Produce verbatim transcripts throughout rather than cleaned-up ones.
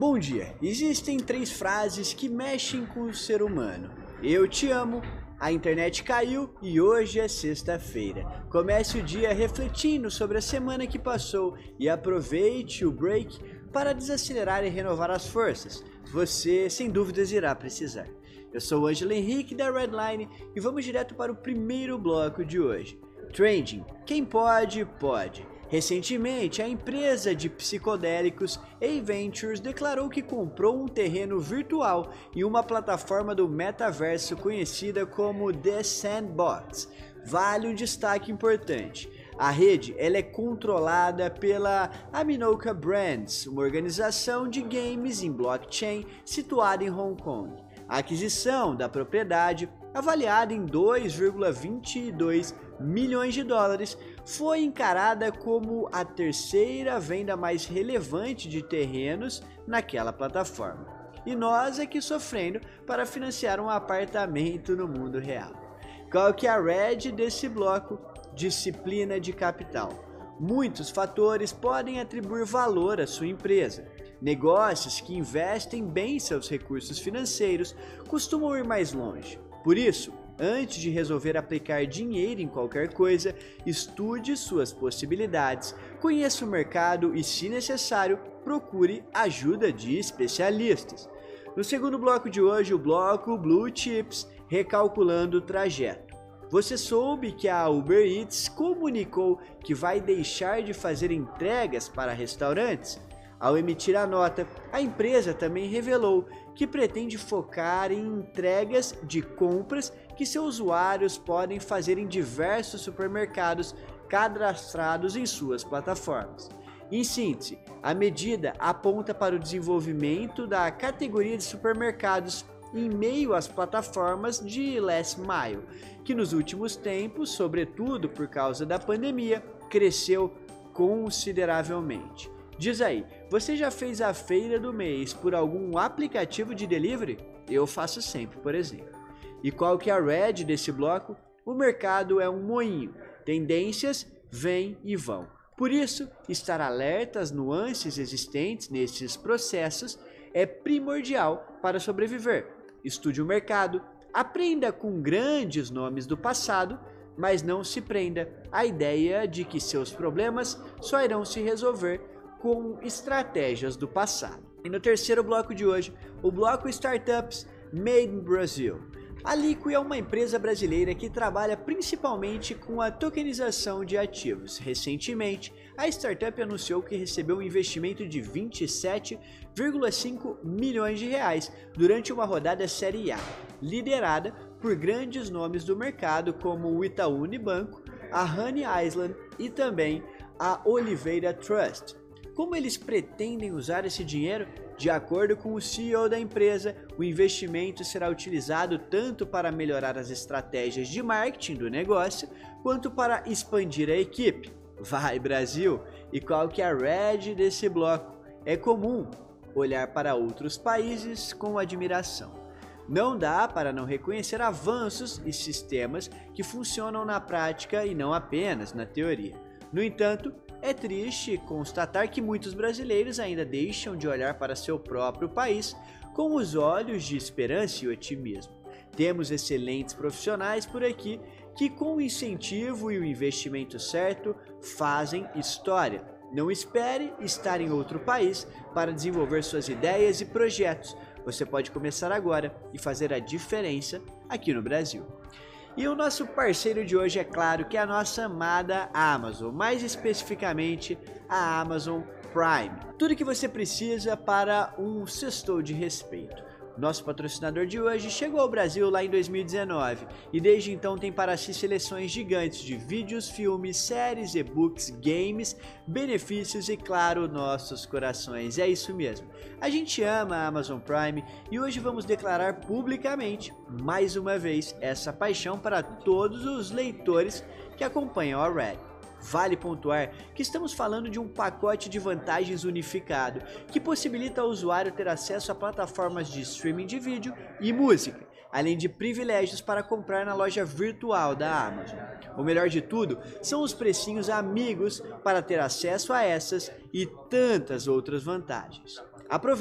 Bom dia! Existem três frases que mexem com o ser humano. Eu te amo, a internet caiu e hoje é sexta-feira. Comece o dia refletindo sobre a semana que passou e aproveite o break para desacelerar e renovar as forças. Você, sem dúvidas, irá precisar. Eu sou o Ângelo Henrique da Redline e vamos direto para o primeiro bloco de hoje. Trending. Quem pode, pode. Recentemente, a empresa de psicodélicos A-Ventures declarou que comprou um terreno virtual em uma plataforma do metaverso conhecida como The Sandbox. Vale um destaque importante. A rede ela é controlada pela Aminoca Brands, uma organização de games em blockchain situada em Hong Kong. A aquisição da propriedade, avaliada em dois vírgula vinte e dois milhões de dólares, foi encarada como a terceira venda mais relevante de terrenos naquela plataforma. E nós aqui sofrendo para financiar um apartamento no mundo real. Qual que é a red desse bloco? Disciplina de capital. Muitos fatores podem atribuir valor à sua empresa. Negócios que investem bem seus recursos financeiros costumam ir mais longe. Por isso, antes de resolver aplicar dinheiro em qualquer coisa, estude suas possibilidades, conheça o mercado e, se necessário, procure ajuda de especialistas. No segundo bloco de hoje, o bloco Blue Chips, recalculando o trajeto. Você soube que a Uber Eats comunicou que vai deixar de fazer entregas para restaurantes? Ao emitir a nota, a empresa também revelou que pretende focar em entregas de compras que seus usuários podem fazer em diversos supermercados cadastrados em suas plataformas. Em síntese, a medida aponta para o desenvolvimento da categoria de supermercados em meio às plataformas de last mile, que nos últimos tempos, sobretudo por causa da pandemia, cresceu consideravelmente. Diz aí, você já fez a feira do mês por algum aplicativo de delivery? Eu faço sempre, por exemplo. E qual que é a red desse bloco? O mercado é um moinho. Tendências vêm e vão. Por isso, estar alerta às nuances existentes nesses processos é primordial para sobreviver. Estude o mercado, aprenda com grandes nomes do passado, mas não se prenda à ideia de que seus problemas só irão se resolver com estratégias do passado. E no terceiro bloco de hoje, o bloco Startups Made in Brazil. A Liqui é uma empresa brasileira que trabalha principalmente com a tokenização de ativos. Recentemente, a startup anunciou que recebeu um investimento de vinte e sete vírgula cinco milhões de reais durante uma rodada Série A, liderada por grandes nomes do mercado como o Itaú Unibanco, a Honey Island e também a Oliveira Trust. Como eles pretendem usar esse dinheiro? De acordo com o C E O da empresa, o investimento será utilizado tanto para melhorar as estratégias de marketing do negócio, quanto para expandir a equipe. Vai, Brasil! E qual que é a red desse bloco? É comum olhar para outros países com admiração. Não dá para não reconhecer avanços e sistemas que funcionam na prática e não apenas na teoria. No entanto, é triste constatar que muitos brasileiros ainda deixam de olhar para seu próprio país com os olhos de esperança e otimismo. Temos excelentes profissionais por aqui que, com o incentivo e o investimento certo, fazem história. Não espere estar em outro país para desenvolver suas ideias e projetos. Você pode começar agora e fazer a diferença aqui no Brasil. E o nosso parceiro de hoje, é claro, que é a nossa amada Amazon, mais especificamente a Amazon Prime. Tudo que você precisa para um sextou de respeito. Nosso patrocinador de hoje chegou ao Brasil lá em dois mil e dezenove e desde então tem para si seleções gigantes de vídeos, filmes, séries, e-books, games, benefícios e, claro, nossos corações. É isso mesmo. A gente ama a Amazon Prime e hoje vamos declarar publicamente, mais uma vez, essa paixão para todos os leitores que acompanham a Red. Vale pontuar que estamos falando de um pacote de vantagens unificado que possibilita ao usuário ter acesso a plataformas de streaming de vídeo e música, além de privilégios para comprar na loja virtual da Amazon. O melhor de tudo são os precinhos amigos para ter acesso a essas e tantas outras vantagens. Aproveita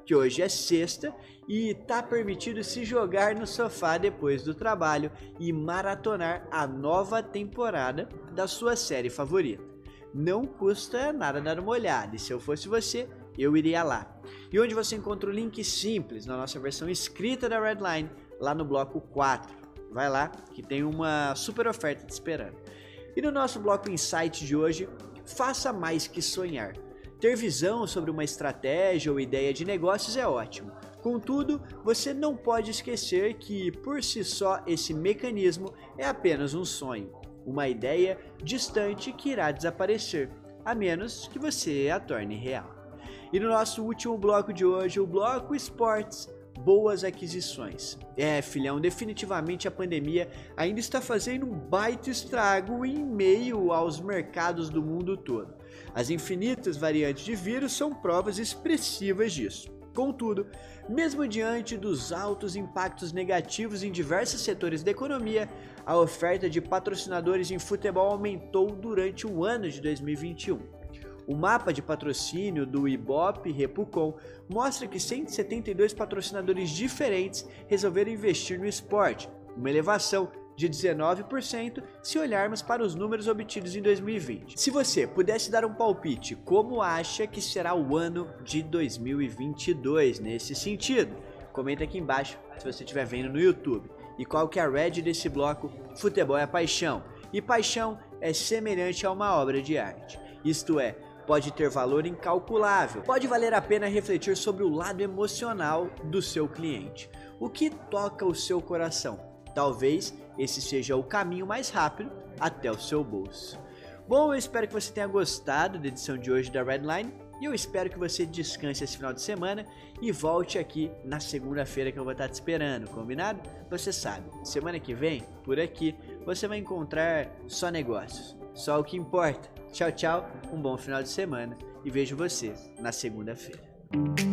que hoje é sexta e tá permitido se jogar no sofá depois do trabalho e maratonar a nova temporada da sua série favorita. Não custa nada dar uma olhada, e se eu fosse você, eu iria lá. E onde você encontra o link simples na nossa versão escrita da Redline, lá no bloco quatro. Vai lá que tem uma super oferta te esperando. E no nosso bloco Insight de hoje, faça mais que sonhar. Ter visão sobre uma estratégia ou ideia de negócios é ótimo. Contudo, você não pode esquecer que, por si só, esse mecanismo é apenas um sonho, uma ideia distante que irá desaparecer, a menos que você a torne real. E no nosso último bloco de hoje, o bloco Esportes, boas aquisições. É, filhão, definitivamente a pandemia ainda está fazendo um baita estrago em meio aos mercados do mundo todo. As infinitas variantes de vírus são provas expressivas disso. Contudo, mesmo diante dos altos impactos negativos em diversos setores da economia, a oferta de patrocinadores em futebol aumentou durante o ano de dois mil e vinte e um. O mapa de patrocínio do Ibope Repucon mostra que cento e setenta e dois patrocinadores diferentes resolveram investir no esporte, uma elevação de dezenove por cento se olharmos para os números obtidos em dois mil e vinte. Se você pudesse dar um palpite, como acha que será o ano de dois mil e vinte e dois nesse sentido? Comenta aqui embaixo se você estiver vendo no YouTube. E qual que é a red desse bloco? Futebol é paixão, e paixão é semelhante a uma obra de arte. Isto é, pode ter valor incalculável, pode valer a pena refletir sobre o lado emocional do seu cliente. O que toca o seu coração? Talvez esse seja o caminho mais rápido até o seu bolso. Bom, eu espero que você tenha gostado da edição de hoje da Redline e eu espero que você descanse esse final de semana e volte aqui na segunda-feira que eu vou estar te esperando, combinado? Você sabe, semana que vem, por aqui, você vai encontrar só negócios, só o que importa. Tchau, tchau, um bom final de semana e vejo você na segunda-feira.